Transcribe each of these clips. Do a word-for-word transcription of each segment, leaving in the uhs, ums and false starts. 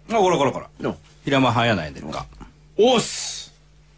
あ、こらこらこら。平間早ないでるか。 おっす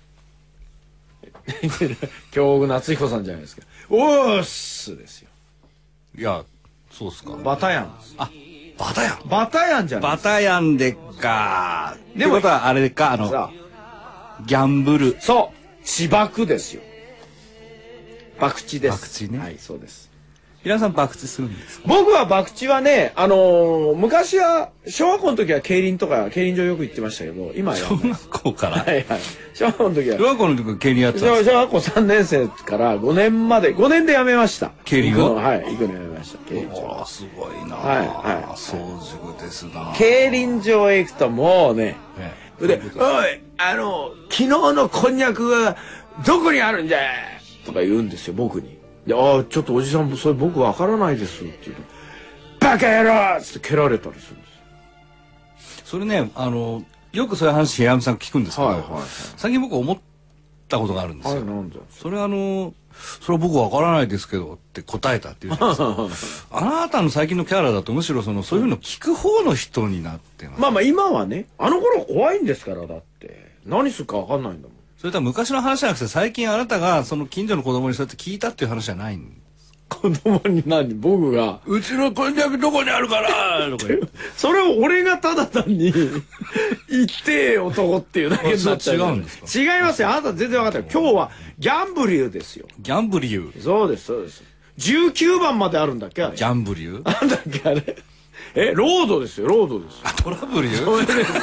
京極夏彦さんじゃないですか。おっすですよ。 いや、そうっすか。 バタヤンです。 あ、バタヤン。 バタヤンじゃないバタヤンでっか。でも、ってことはあれか、あの、ギャンブル。 そう。千博ですよ。博打です。 博打ね。 はい、そうです。 平野さん博打するんですか？ 僕は博打はね、あのー、昔は小学校の時は競輪とか競輪場よく行ってましたけど、今はや小学校から。 はいはい。小学校の時は。 小学校の時は競輪やってたんですか？ 小学校さんねん生からごねんまで、ごねんで辞めました。 競輪を？ はい、行くのやめました。競輪場。 ああ、すごいな。 はいはい。 早熟ですな。 競輪場へ行くともうね、で、おい、あの、昨日のこんにゃくはどこにあるんじゃとか言うんですよ、僕に。で、ああ、ちょっとおじさん、それ僕わからないですって言うと、バカ野郎っつって蹴られたりするんですよ。それね、あの、よくそういう話、平山さん聞くんですけど、はいはいはい、最近僕思ったことがあるんですよ。はい、なんだ。それはあの、それは僕わからないですけどって答えたっていうじゃないですか。あなたの最近のキャラだとむしろその、そういうの聞く方の人になってます。 まあまあ今はね、あの頃怖いんですから、だって。何するかわかんないんだもん。 それとは昔の話じゃなくて、最近あなたがその近所の子供にそうやって聞いたっていう話じゃないんです。 子供に何？僕がうちのこんにゃくどこにあるからとか言う。 それを俺がただ単に言って男っていうだけになっちゃう。違うんですか？違いますよ。あなた全然分かったよ。今日はギャンブリューですよ。 ギャンブリュー。 そうですそうです。じゅうきゅうばんまであるんだっけあれ。 ギャンブリュー。 なんだっけあれ。え、ロードですよロードです。 あ、トラブルユー。 それですよ。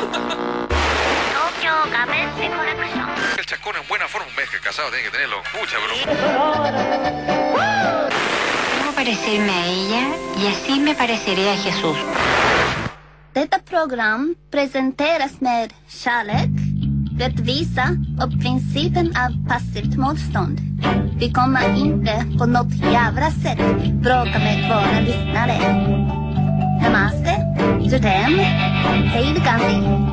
El chascón en buena forma, un mes que casado tiene que tenerlo. Pucha, bro. Debo parecerme a ella y así me pareceré a Jesús. Detta program presenteras med kärlek, rättvisa och principen av passivt motstånd. Vi kommer inte på något jävla sätt bråka med våra lyssnare. Namaste, Judem, hej Gandhi.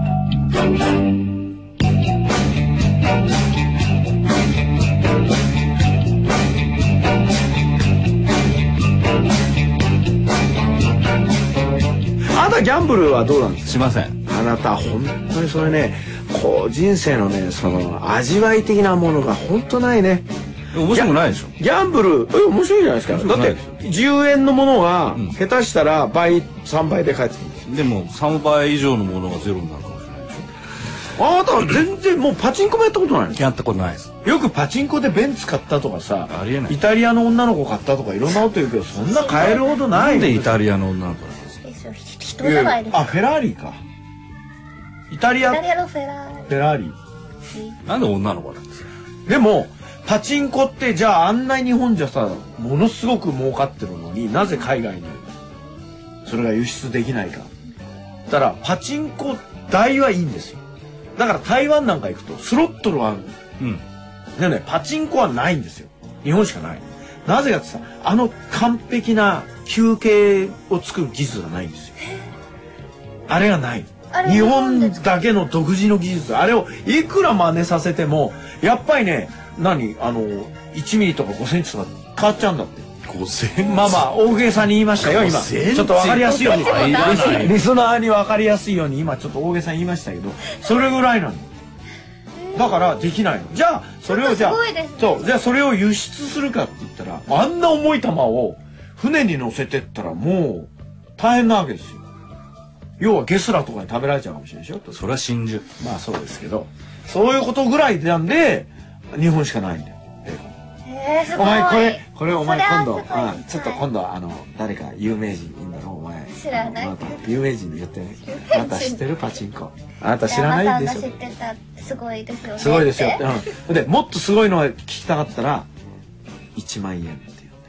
あなたギャンブルはどうなんですか？ しません。 あなた本当にそれね、こう人生のね、その味わい的なものが本当ないね。 面白くないでしょ。 ギャンブル、え、面白いじゃないですか。だってじゅうえんのものが下手したら倍、さんばいで返ってくるんです。 でもさんばい以上のものがゼロになるかもしれないでしょ。あなたは全然もうパチンコもやったことないの？ やったことないです。 よくパチンコでベンツ買ったとかさ、 ありえない。 イタリアの女の子買ったとかいろんなこと言うけど、そんな買えるほどない。 なんでイタリアの女の子なんですか？ 人じゃないですか。 あ、フェラーリか。イタリア。 イタリアのフェラーリ。 フェラーリ。 なんで女の子なんですか？ でもパチンコってじゃああんな日本じゃさものすごく儲かってるのになぜ海外にそれが輸出できないか。だからパチンコ台はいいんですよ。だから台湾なんか行くとスロットルはある。うん。でねパチンコはないんですよ。日本しかない。なぜかってさあの完璧な休憩を作る技術がないんですよ。あれがない。日本だけの独自の技術。あれをいくら真似させてもやっぱりね。何あのいちミリとかごセンチとか変わっちゃうんだって。 ごセンチ。 まあまあ大げさに言いましたよ今。ちょっとわかりやすいようにリ, リスナーにわかりやすいように今ちょっと大げさに言いましたけどそれぐらいなの。だからできないの。じゃあそれをじゃあそうじゃあそれを輸出するかって言ったらあんな重い球を船に乗せてったらもう大変なわけですよ。要はゲスラとかに食べられちゃうかもしれないでしょ。 それは真珠。 まあそうですけどそういうことぐらいなんで。日本しかないんだよ。 えー、 お前これこれお前今度、うん、ちょっと今度あの誰か有名人いいんだろうお前。 知らない。 有名人に言ってね。あなた知ってるパチンコ。あなた知らないんでしょ。 知ってた。すごいですよね。 すごいですよ。うん。でもっとすごいのを聞きたかったらいちまんえんって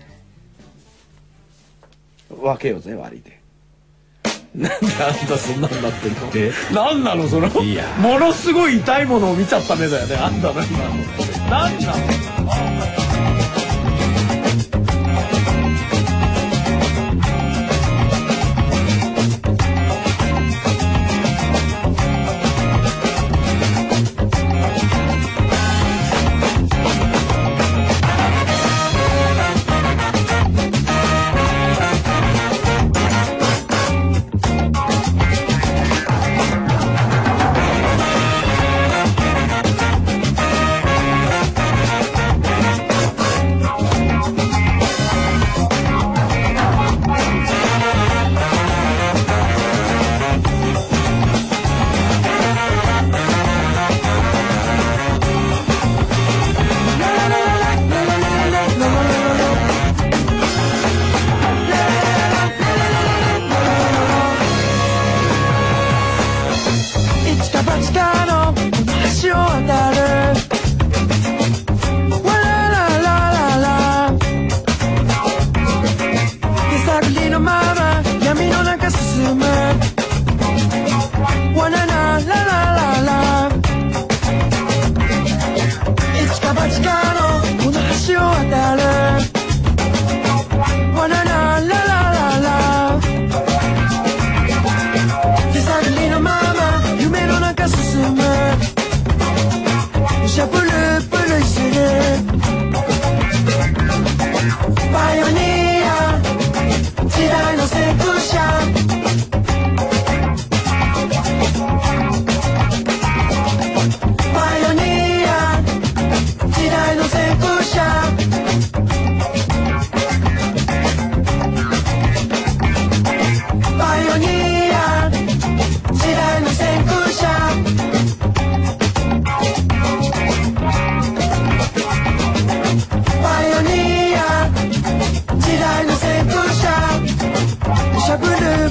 いうね。分けようぜ割りで。なんであんたそんなんなってんの？え？なんなのその？いや。ものすごい痛いものを見ちゃった目だよね。あんたの今の。なんなの？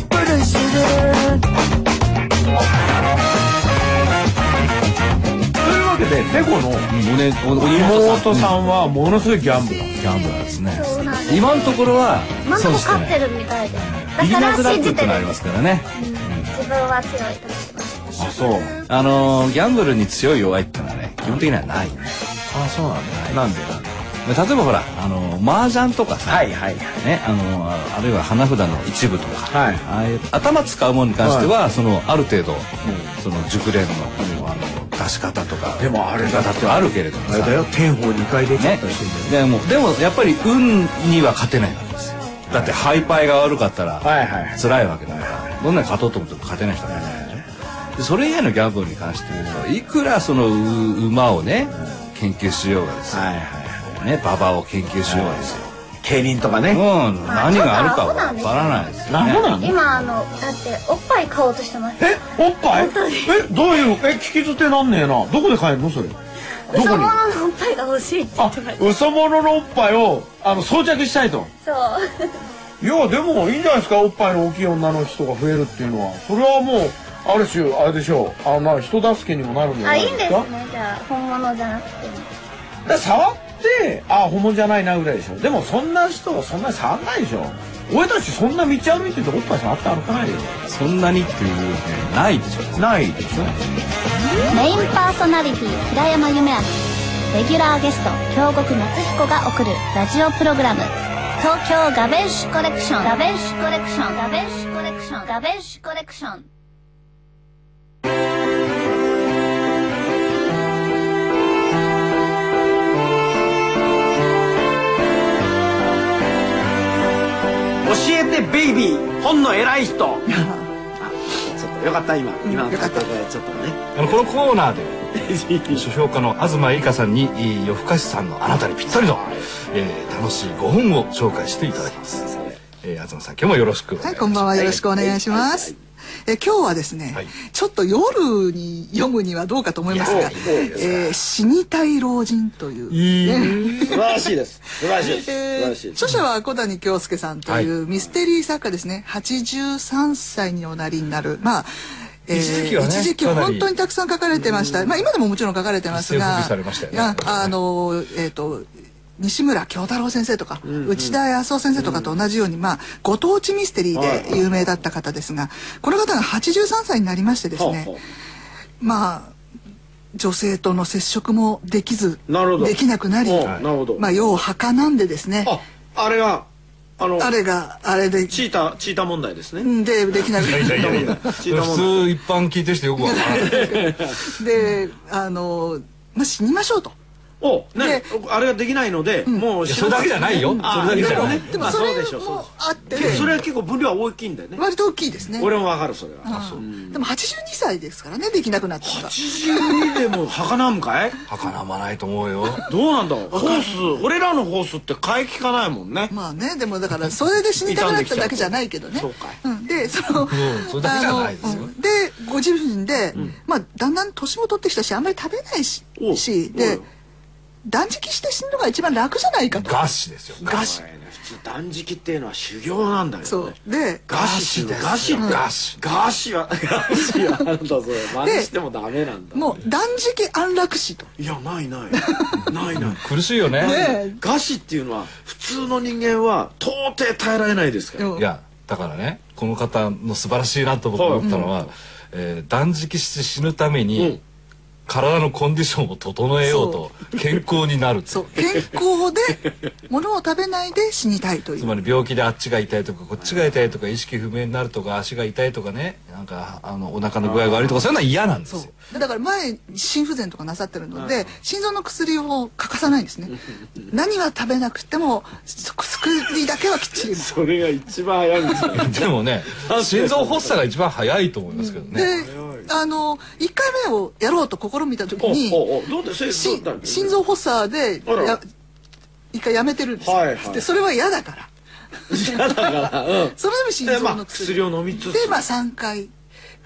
でペコの妹さんはものすごいギャンブラー。 ギャンブラーですね。 そうなんです。 今のところは今のとこ勝ってるみたいで。 ビギナーズラックってるのありますからね。 自分は強いと思ってます。 あ、そう。 あのーギャンブルに強い弱いっていうのはね基本的にはない。 あ、そうなんだ。なんで？ 例えばほらあのー、麻雀とかさ、 はいはいね、あのー、あるいは花札の一部とか、 はい、 ああいう頭使うものに関しては、はい、そのある程度、うん、その熟練のあの出し方とかでもあれ出方とかあるけれどもさ、 あれだよ天宝にかい出ちゃったりしてね、でもでもやっぱり運には勝てないわけですよ。だってハイパイが悪かったら辛いわけだから、はいはい、どんなに勝とうと思っても勝てない人がいないでしょ。でそれ以外のギャンブルに関して言うといくらその馬をね研究しようがですよ、はいはい、ね馬場を研究しようがですよ、 競輪とかね、 うん、何があるかわからないですよね。 今あのだっておっぱい買おうとしてます。 え、おっぱい？え、どういうえ聞き捨てなんねえな。どこで買えるのそれ？ 嘘物のおっぱいが欲しいって言ってました。 嘘物のおっぱいをあの装着したいと。 そう。 いやでもいいんじゃないですか。おっぱいの大きい女の人が増えるっていうのは、それはもうある種あれでしょう。あの人助けにもなるんじゃないですか。 あ、いいんですね。じゃあ本物じゃなくても。 で触ってあ本物じゃないなぐらいでしょ。でもそんな人はそんなに触んないでしょ。俺たちそんな道歩いてておっぱい触って歩かないよ。 そんなにっていうねないでしょ。 ないでしょ。 メインパーソナリティ平山夢明、レギュラーゲスト京極夏彦が送るラジオプログラム東京ガベッシュコレクションガベッシュコレクションガベッシュコレクションガベッシュコレクション。 教えてベイビー本の偉い人。ちょっとよかった今今の方でちょっとね。 あのこのコーナーで書評家の東恵香さんに夜更かしさんのあなたにぴったりの、えー、楽しいごほんを紹介していただきます。えー、東さん今日もよろしくお願いします。 はい、こんばんは、よろしくお願いします。え今日はですね、はい、ちょっと夜に読むにはどうかと思いますが、えー、死にたい老人という、 ね、素晴らしいです素晴らしいです、 えー、著者は小谷京介さんというミステリー作家ですね。はちじゅうさんさいにおなりになる、まあえー、一時期はね、一時期本当にたくさん書かれてました。まあ今でももちろん書かれてますが、あのえっと西村京太郎先生とか、うんうん、内田康夫先生とかと同じように、まあご当地ミステリーで有名だった方ですが、この方がはちじゅうさんさいになりましてですね、まあ女性との接触もできずできなくなり、まあ世をはかなんでですね、 あ, あれがあのあれがあれでチーターチーター問題ですね。 でできなくなり普通一般聞いてる人よくわからない。 であのまあ死にましょうと。 おね、あれができないので、うん、もうそれだけじゃないよ。それだけじゃない。 でもそれもあって、 それは結構分量は大きいんだよね。 割と大きいですね。 俺もわかるそれは。 でもはちじゅうにさいですからね、できなくなったのが。 はちじゅうにでも儚むかい？ 儚まないと思うよ。 どうなんだ。ホース、俺らのホースって買い聞かないもんね。 まあね、でもだからそれで死にたくなっただけじゃないけどね。 そうか。 でそのそれだけじゃないですよ。 でご自身でまあだんだん年も取ってきたし、あんまり食べないしで。断食して死ぬのが一番楽じゃないかと。 餓死ですよ。 餓死。 普通断食っていうのは修行なんだよね。 そうで餓死です。餓死餓死餓死は餓死はなんだそれ。真似してもダメなんだ。 もう断食安楽死と。 いやないないないない。 苦しいよね。 餓死っていうのは普通の人間は到底耐えられないですから。 いやだからね、この方の素晴らしいなと僕思ったのは、えー、断食して死ぬために。うん体のコンディションを整えようと健康になる。 そう健康で物を食べないで死にたいという。 つまり病気であっちが痛いとかこっちが痛いとか意識不明になるとか足が痛いとかね、なんかあのお腹の具合が悪いとかそういうのは嫌なんですよ。 だから前心不全とかなさってるので心臓の薬を欠かさないんですね。何は食べなくても薬だけはきっちり。 それが一番早いんですよ。 でもね心臓発作が一番早いと思いますけどね。 であのいっかいめをやろうと試みた時に心臓発作で一回やめてるんですよ。でそれは嫌だから嫌だから、 それでも心臓の薬を飲みつつでまあさんかい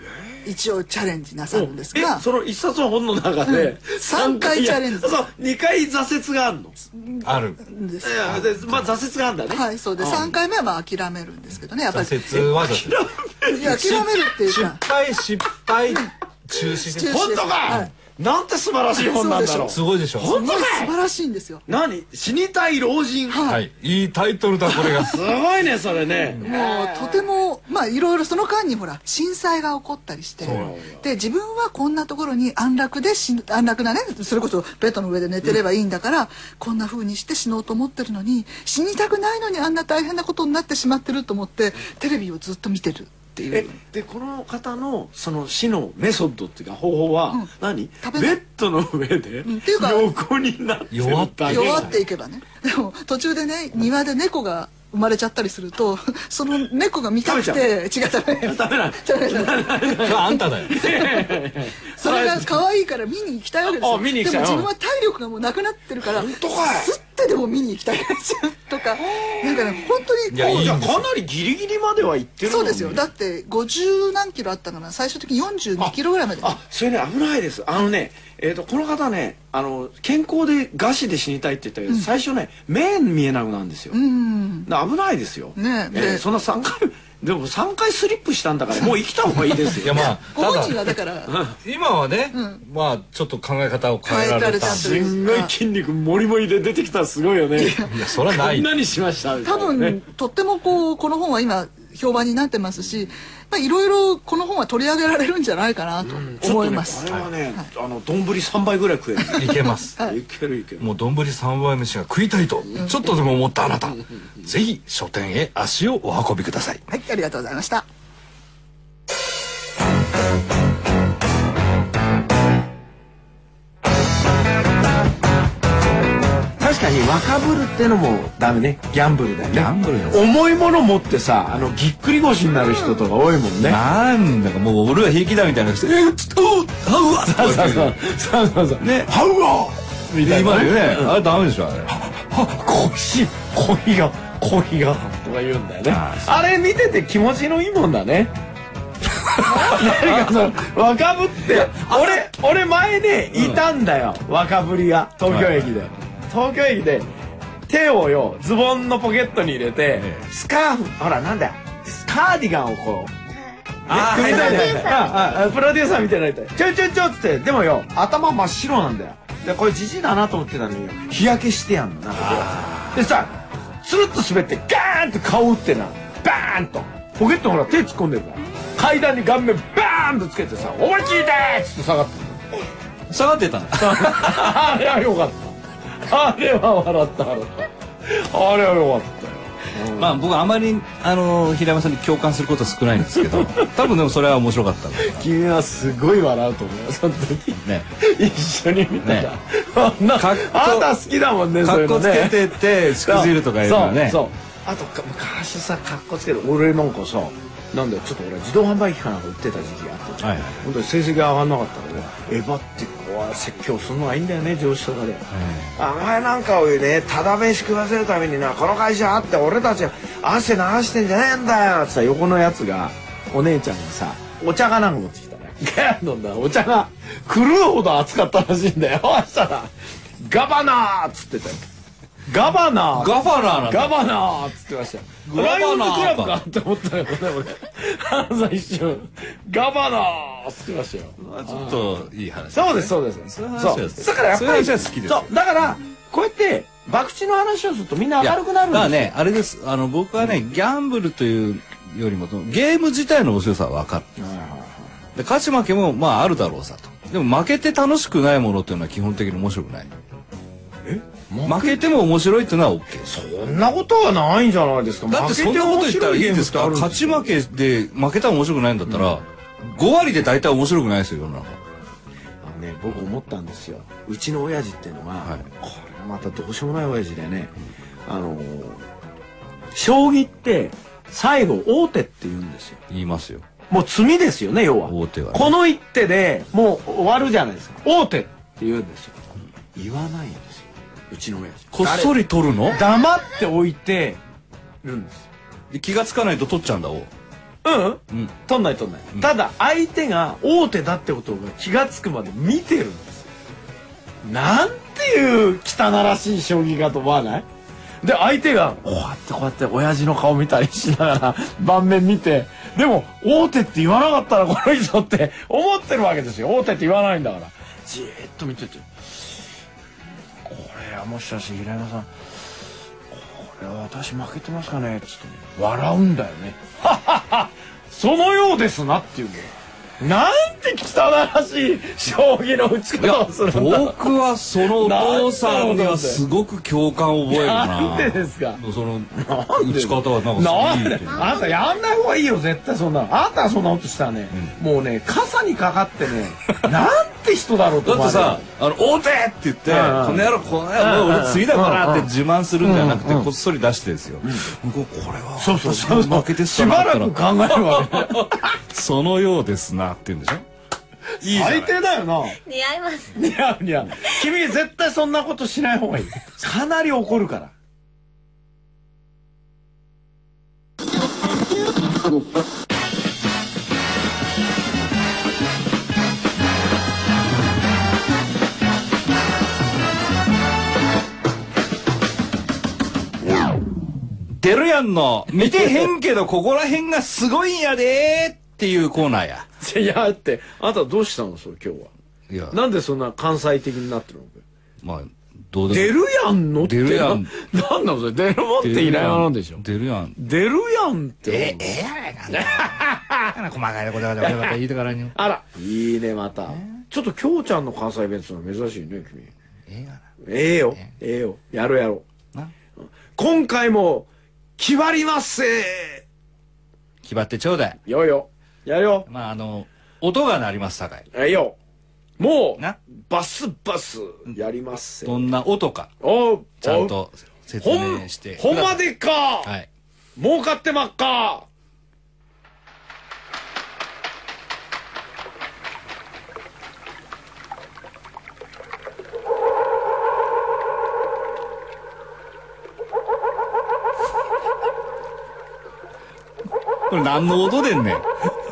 一応チャレンジなさるんですが、 その一冊の本の中でさんかいチャレンジ。 そう、にかい挫折があるの。 あるんです。 まあ挫折があるんだね。 はい、そうでさんかいめはまあ諦めるんですけどね、やっぱり。 挫折は挫折。いや諦めるっていうか。 失敗失敗中止で。 本当か。なんて素晴らしい本なんだろう。 すごいでしょ。 本当か。 素晴らしいんですよ。 何？死にたい老人。 はい。いいタイトルだこれが。 すごいねそれね。 もうとてもまあいろいろその間にほら震災が起こったりして、で自分はこんなところに安楽で死ぬ安楽なね、それこそベッドの上で寝てればいいんだから、こんな風にして死のうと思ってるのに死にたくないのにあんな大変なことになってしまってると思ってテレビをずっと見てる。 えでこの方のその死のメソッドっていうか方法は何？ベッドの上で横になって弱っていけばね。でも途中でね庭で猫が生まれちゃったりするとその猫が見たくて違う食べない食べない食べないあんただよそれが可愛いから見に行きたいわけですよ。でも自分は体力がもうなくなってるから吸ってでも見に行きたいとかなんかね本当にいやいやかなりギリギリまでは行ってるそうですよ。だってごじゅうなんキロあったかな、最終的によんじゅうにキロぐらいまで。 あそれね危ないです。あのねえー、とこの方ねあの健康で餓死で死にたいって言ったけど、うん、最初ね目見えなくなるんですよ。うん危ないですよ。ねえー、そんなさんかいでもさんかいスリップしたんだからもう生きた方がいいですよ。いやまあご本人はだから今はね、うん、まあちょっと考え方を変えられた。 すんごい筋肉もりもりで出てきたらすごいよね。いやそれはない。 こんなにしました多分、ね、とってもこうこの本は今評判になってますし、いろいろこの本は取り上げられるんじゃないかなと思います。 これはね、あの丼三杯ぐらい食える。 いけます。 いけるいける。 もう丼三杯飯が食いたいとちょっとでも思ったあなた、ぜひ書店へ足をお運びください。 はい、ありがとうございました。 確かに若ぶるってのもダメね。ギャンブルだよね。 ギャンブルです。 重いもの持ってさあのぎっくり腰になる人とか多いもんね。 なんだかもう俺は平気だみたいな人えっちょっとハウアそうそうそうそうそうねハウアみたいなね。あれダメでしょあれ。 は腰腰が腰がとか言うんだよね。あれ見てて気持ちのいいもんだね。何かその若ぶって俺俺前ねいたんだよ若ぶりが東京駅で東京駅で手をよズボンのポケットに入れてスカーフほらなんだよカーディガンをこうあ組みたいなプロデューサーみたいな人ちょいちょいちょいってでもよ頭真っ白なんだよ。でこれジジイだなと思ってたのに日焼けしてやんのなんかでさスルッと滑ってガーンと顔打ってなバーンとポケットほら手突っ込んでるから階段に顔面バーンとつけてさ「思いっきりでーっつって下がってる下がってたんだ。 あれはよかったあれは笑った笑ったあれはよかったよ。 まあ僕あまりあの平山さんに共感することは少ないんですけど多分でもそれは面白かったの。 君はすごい笑うと思うよその時ね一緒に見たら、ね、あんなあなた好きだもんね。 かっこつけてってしくじるとか言うからね。 そうそうあと昔さかっこつけて俺なんかさなんだよちょっと俺自動販売機かなんか売ってた時期があって、はいはい、本当に成績が上がんなかったからエヴァってこう説教するのがいいんだよね上司とかで、はい、お前なんかをねただ飯食わせるためになこの会社あって俺たち汗流してんじゃねえんだよってさ横のやつがお姉ちゃんがさお茶がなんか持ってきたねガー飲んだお茶が狂うほど熱かったらしいんだよ。そしたらガバナーっつってたよ。ガバナーガバナーなんだガバナーっつってましたよ。ライオンズクラブかって思ったよね俺さ一瞬ガバナーっつってましたよ。 ちょっといい話、ね、 そうですそうですそうだからやっぱりそうだからこうやって博打の話をするとみんな明るくなるんですよ。 だからねあれですあの僕はねギャンブルというよりもゲーム自体の面白さは分かる。で勝ち負けもまああるだろうさと。でも負けて楽しくないものっていうのは基本的に面白くない。え負けても面白いっていうのは オーケー。 そんなことはないんじゃないですか。 だってそんなこと言ったらいいんですか。勝ち負けで負けたら面白くないんだったら、うん、ごわりで大体面白くないですよ世の中。 あのね僕思ったんですよ。うちの親父っていうのが、はい、これまたどうしようもない親父でね、あのー、将棋って最後王手って言うんですよ。 言いますよ。 もう詰みですよね要は。 王手は、ね、 この一手でもう終わるじゃないですか。王手って言うんですよ。言わないんですようちの親父。 こっそり取るの？ 黙って置いてるんですよ。 気がつかないと取っちゃうんだ。おうん、うん、取んない取んない、うん、ただ相手が王手だってことが気が付くまで見てるんですよ。なんていう汚らしい将棋かと思わない？で相手がこうやってこうやって親父の顔見たりしながら盤面見て、でも王手って言わなかったらこの人って思ってるわけですよ。王手って言わないんだからじーっと見てて、これはもしかして平山さんこれは私負けてますかねっつって笑うんだよね。そのようですなっていうね。なんて汚らしい将棋の打ち方をするんだ。 僕はそのお父さんにはすごく共感を覚えるな。 なんでですか。 その打ち方はなんかなんであんたやんない方がいいよ絶対そんな。あんたはそんなことしたらね、うん、もうね傘にかかってねなんて人だろうと思われる。 だってさ、あの王手って言って、この野郎この野郎俺次だからって自慢するんじゃなくてこっそり出してですよ。向こうこれはそうそうそう負けてしばらく考えるわけ。 そのようですなって言うんでしょ。 いい最低だよな。 似合います。 似合う似合う。君絶対そんなことしない方がいい。かなり怒るから。 デルヤンの見てへんけどここら辺がすごいんやでーっていうコーナーや。 いやってあなたどうしたのそれ今日は。いやなんでそんな関西的になってるの。 まあどうでデルヤンのってデルヤンなんなのそれ。デルモンっていないなんでしょ。 デルヤンデルヤンってええやないか。細かいことだから言いてからに。 あらいいねまた。ちょっときょうちゃんの関西弁ってのは珍しいね君。ええな。ええよええよやろうやろう。今回も決まりますせ。 決まってちょうだい。 よよやるよ。 まああの音が鳴りますさかい。 えいよ。もうなバスバスやりますせ。 どんな音かおうちゃんと説明してほんまでっか。 はい。 儲かってまっか。 これ何の音でんねん。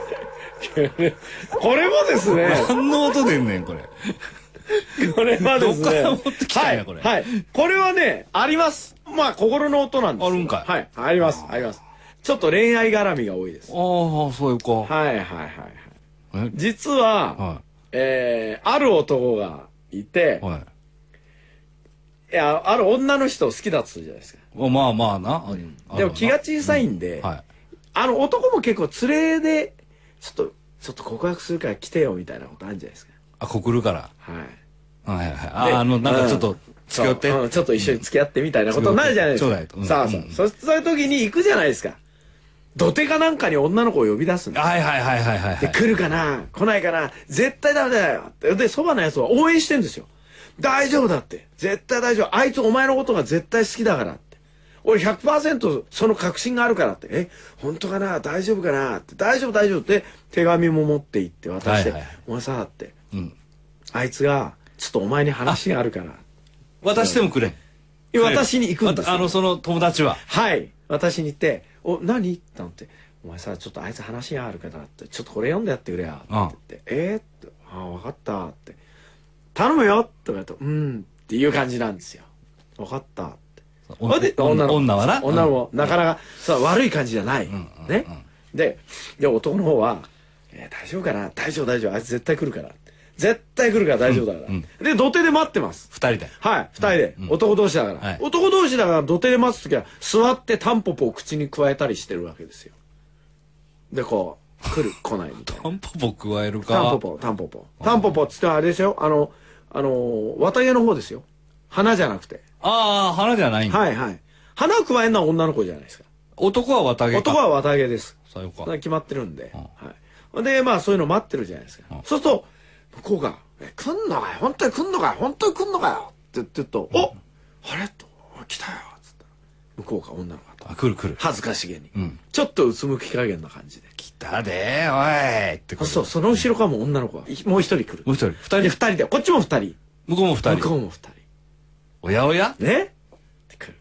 これもですね。 何の音でんねんこれ。 これはですね。 どっから持ってきたんやこれ。 はい。これはねあります。まあ心の音なんです。 あるんかい。 はい。ありますあります。ちょっと恋愛絡みが多いです。 ああそういうか。 はいはいはいはい。実は、はい、えー、ある男がいて、はい、いやある女の人を好きだっつうじゃないですか。 まあまあな。 うん、でも気が小さいんで、うんはい、あの男も結構連れでちょっとちょっと告白するから来てよみたいなことあるんじゃないですか。 あ告るから。 はい。 はいはい。ああのなんかちょっと付き合って、 うん、ちょっと一緒に付き合ってみたいなことになるじゃないですか。うん、さあさあ、うん、そそういう時に行くじゃないですか。土手かなんかに女の子を呼び出すんです。 はいはいはいはいはい。 で来るかな来ないかな絶対ダメだよって。でそばのやつは応援してんですよ。大丈夫だって絶対大丈夫。あいつお前のことが絶対好きだからって。俺 ひゃくパーセント その確信があるからって。え本当かな大丈夫かなって。大丈夫大丈夫って手紙も持って行って渡して、はいはい、お前さって、うん、あいつがちょっとお前に話があるから渡してもくれ。 私に行くんですよ。 あのその友達ははい私に言って「お何?」って言って「お前さちょっとあいつ話があるからってちょっとこれ読んでやってくれや」って言って「えっ?」って「ああ分かった」って「頼むよ」って言われると「うん」っていう感じなんですよ。分かったって女の女はな女の子なかなかさ悪い感じじゃないね。でで男の方は「大丈夫かな大丈夫大丈夫あいつ絶対来るから」絶対来るから大丈夫だから、うんうん、で土手で待ってます二人ではい二人で、うん、男同士だから、はい、男同士だから土手で待つ時は座ってタンポポを口に加えたりしてるわけですよ。でこう来る来ないみたいな。 タンポポ加えるか。 タンポポタンポポタンポポっつってあれですよあのあの綿毛の方ですよ。花じゃなくて。 ああ花じゃないんだ。 はいはい花を加えるのは女の子じゃないですか。 男は綿毛か。 男は綿毛です。 そうか決まってるんで、うん、はいでまあそういうの待ってるじゃないですか、うん、そうすると向こうが「え来んのかよ本当に来んのかよ本当に来んのかよ」って言ってると「うん、おあれ?」と「来たよ」っつったら向こうが女の子が来る来る恥ずかしげに、うん、ちょっとうつむき加減な感じで 「来たでおい」ってこと。 そうその後ろからも女の子がもう一人来る。 もう一人二人二人でこっちも二人向こうも二人向こうも二人おやおやねって来るこうやって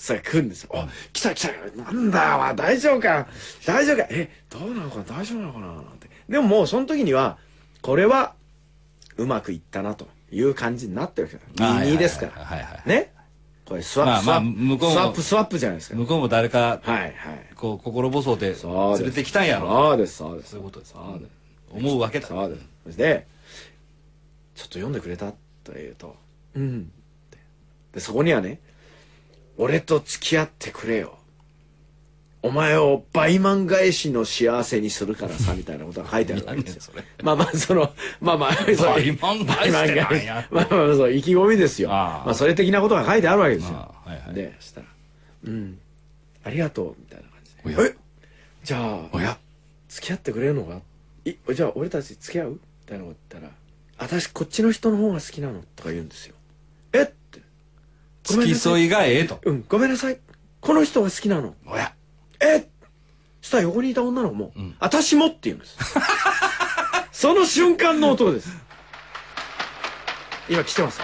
それ来るんですよ。あ、来た来た。なんだ、まあ、大丈夫か。大丈夫か。え、どうなのかな、大丈夫なのかななんて。でももうその時には、これはうまくいったなという感じになってるわけだ。ににですから。ね。これスワップ、スワップ、スワップ、スワップじゃないですか。 向こうも誰か、 はいはい。 こう、心細で連れてきたんやろ。 そうです、そうです。 そういうことです。思うわけだ。 そうです。そして、ちょっと読んでくれたと言うと、うん。で、そこにはね、俺と付き合ってくれよ。お前を倍万返しの幸せにするからさ、みたいなことが書いてあるわけですよ。まあまあ、その、まあまあ、 倍万返しってなんや。 まあまあ、そう、意気込みですよ。まあ、それ的なことが書いてあるわけですよ。で、そしたら、うん、ありがとう、みたいな感じで。え、じゃあ、おや、付き合ってくれるのかい、じゃあ、俺たち付き合うみたいなこと言ったら、私、こっちの人の方が好きなのとか言うんですよ。えって。 付き添いがええと。 うん、ごめんなさい。この人が好きなの。おや。え、そしたら横にいた女の子も、うん、私もって言うんです。その瞬間の音です。今来てます。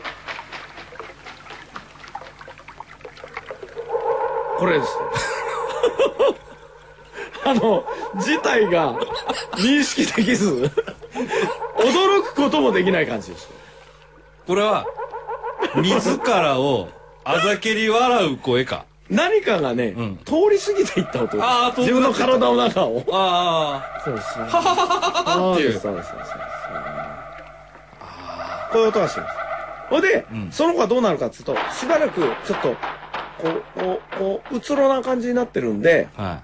これです。あの、事態が認識できず、驚くこともできない感じです。 これは、自らをあざけり笑う声か。 何かがね、うん、通り過ぎていった音。ああ、自分の体の中を。ああ。そうですね。はははははっていう。そうですそうです。こういう音がします。ほいで、うん、その子はどうなるかっていうと、しばらくちょっと、こう、こう、こう、うつろな感じになってるんで、はい、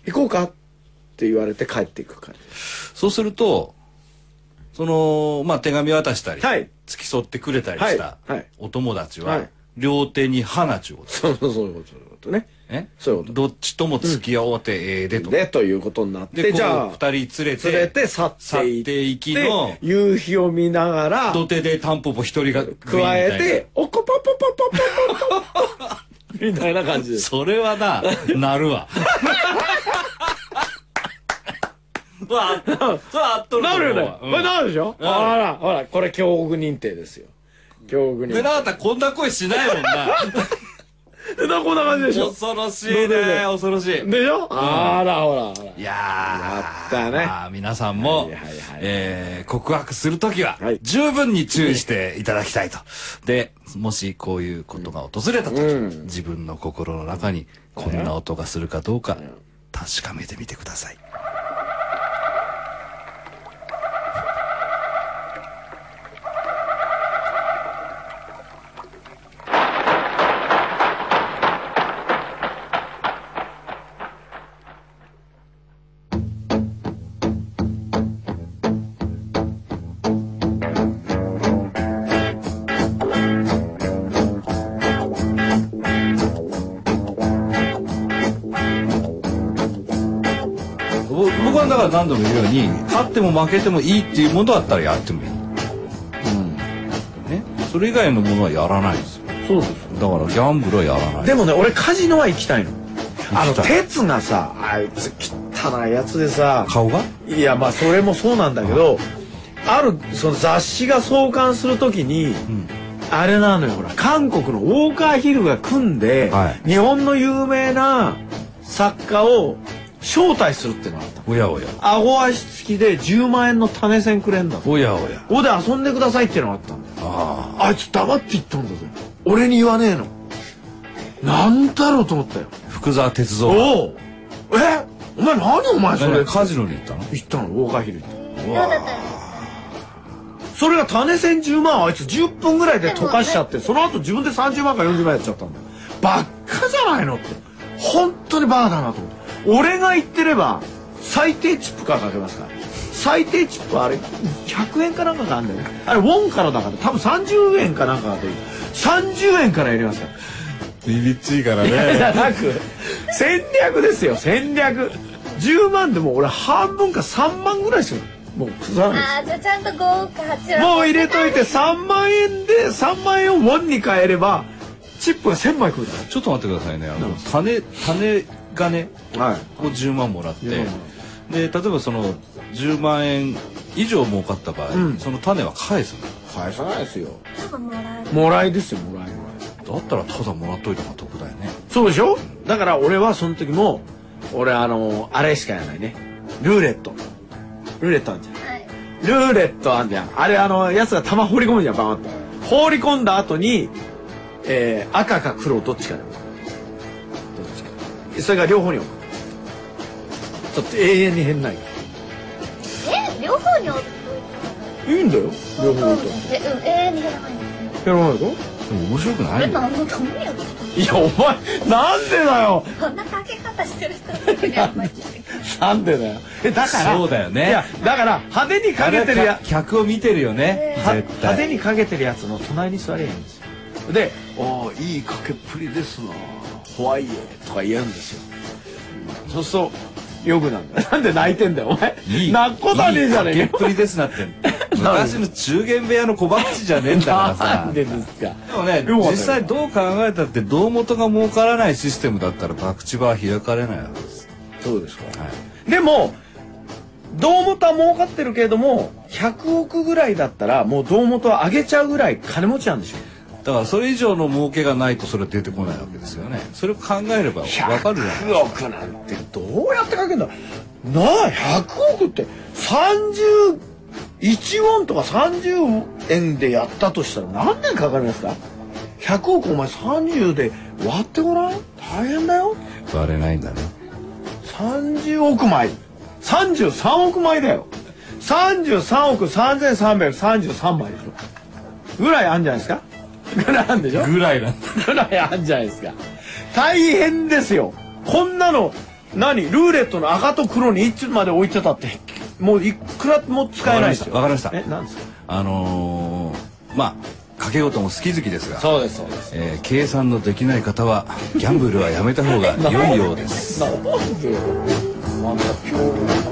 行こうかって言われて帰っていく感じ。 そうすると、その、まあ、手紙渡したり、はい、付き添ってくれたりしたお友達は、はいはい、両手に花ちゅうこと。 そうそうそういうこと、そういうことね。 えそういうこと。どっちとも付き合おうてええでと。 で、ということになって、 じゃあ、二人連れて、 連れて去っていきの、夕日を見ながら、 土手でタンポポ一人が加えて、おこぽぽぽぽぽぽぽみたいな感じです。 それはな、なるわ。 まあ、それはあっとると思うわ。なるよね。これなるでしょ？ほら、ほら、これ京極認定ですよ。京極認定。 で、なたこんな声しないもんな。 で、な、こんな感じでしょ。 恐ろしいね。恐ろしい。 でしょ？あら、ほら、ほら。 いやー。 やったね。 まあ、皆さんも、えー、告白するときは、十分に注意していただきたいと。で、もしこういうことが訪れたとき、自分の心の中にこんな音がするかどうか、確かめてみてください。僕はだから何度も言うように勝っても負けてもいいっていうものだったらやってもいい、うんね、それ以外のものはやらないですよ。 そうですだからギャンブルはやらない。 でもね俺カジノは行きたいの。あの鉄がさあいつ汚いやつでさ顔がいやまあそれもそうなんだけど、あるその雑誌が創刊するときに、うん、あれなのよほら韓国のウォーカーヒルが組んで、はい、日本の有名な作家を招待するってのがあった。 おやおや。 顎足付きでじゅうまんえんの種銭くれんだ。 おやおや。 ここで遊んでくださいってのがあったんだよ。ああ。あいつ黙って言ったんだぞ。俺に言わねえの。なんだろうと思ったよ。 福沢哲三。 おお。え？お前何お前それ。 カジノに行ったの？ 行ったの。ウォーカーヒル行った。うわ。それが種銭じゅうまんあいつじゅっぷんぐらいで溶かしちゃって、その後自分でさんじゅうまんかよんじゅうまんやっちゃったんだよ。ばっかじゃないのって。本当にバカだなと思って。俺が言ってれば最低チップからかけますから。最低チップはあれひゃくえんかなんかがあるんだよね。あれウォンからだから多分さんじゅうえんかなんかが出る。さんじゅうえんからやりますから。 ビビっちいからね。 じゃなく戦略ですよ戦略。じゅうまんでも俺半分かさんまんぐらいしかもう崩さない。 ああじゃあちゃんとごかはちもう入れといてさんまんえんでさんまんえんをウォンに変えればチップがせんまいくるから。 ちょっと待ってくださいね。あの種種がね、はい、こうじゅうまんもらって、で例えばそのじゅうまんえん以上儲かった場合、うん、その種は返すの？ 返さないですよ。もらいですよもらいもらい。 だったらただもらっといた方が得だよね。 そうでしょ。だから俺はその時も俺あのあれしかやらないね。ルーレットルーレットあんじゃん、はい、ルーレットあんじゃん。あれあのやつが玉放り込むじゃん。バーンと放り込んだ後に、えー、赤か黒どっちかだよ。どっちかそれが両方に置く。ちょっと永遠に変ない。 え両方に置くいいんだよ両方に置く。 えうん永遠に減らない。 減らないと面白くない。 え何のためにやるの。 いやお前なんでだよ。 こんなかけ方してる人なんでだよ。えだからそうだよね。 いやだから派手にかけてるや客を見てるよね。 派手にかけてるやつの隣に座ればいいんですよ。で「おーいいかけっぷりですなホワイエ」とか言うんですよ。そうするとよくなんだ。なんで泣いてんだよお前。泣くことはねえじゃねえよ。 かけっぷりですなって昔の中元部屋の小鉢じゃねえんだからさ。 なんでですか。 でもね実際どう考えたって胴元が儲からないシステムだったら博打場は開かれないわけです。 そうですか、はい、でも胴元は儲かってるけれどもひゃくおくぐらいだったらもう胴元は上げちゃうぐらい金持ちなんでしょ。 だからそれ以上の儲けがないとそれ出てこないわけですよね。それを考えればわかるじゃない。ひゃくおくなんてどうやってかけるんだ。なあひゃくおくってさんじゅういちウォンとかさんじゅうえんでやったとしたら何年かかりますか。ひゃくおくお前さんじゅうで割ってごらん。大変だよ。 割れないんだね。 さんじゅうおくまいさんじゅうさんおくまいだよ。さんじゅうさんおくさんぜんさんびゃくさんじゅうさんまいでしょ。ぐらいあるんじゃないですか。ぐらいあるんでしょ。 ぐらいなんぐらいあるんじゃないですか。大変ですよ。こんなの何ルーレットの赤と黒にいつまで置いてたってもういくらも使えないですよ。 わかりました。 えなんですか。 あのー、まあ掛け事も好き好きですが、 そうですそうです、 えー、計算のできない方はギャンブルはやめた方が良いようです。 なんでまた今日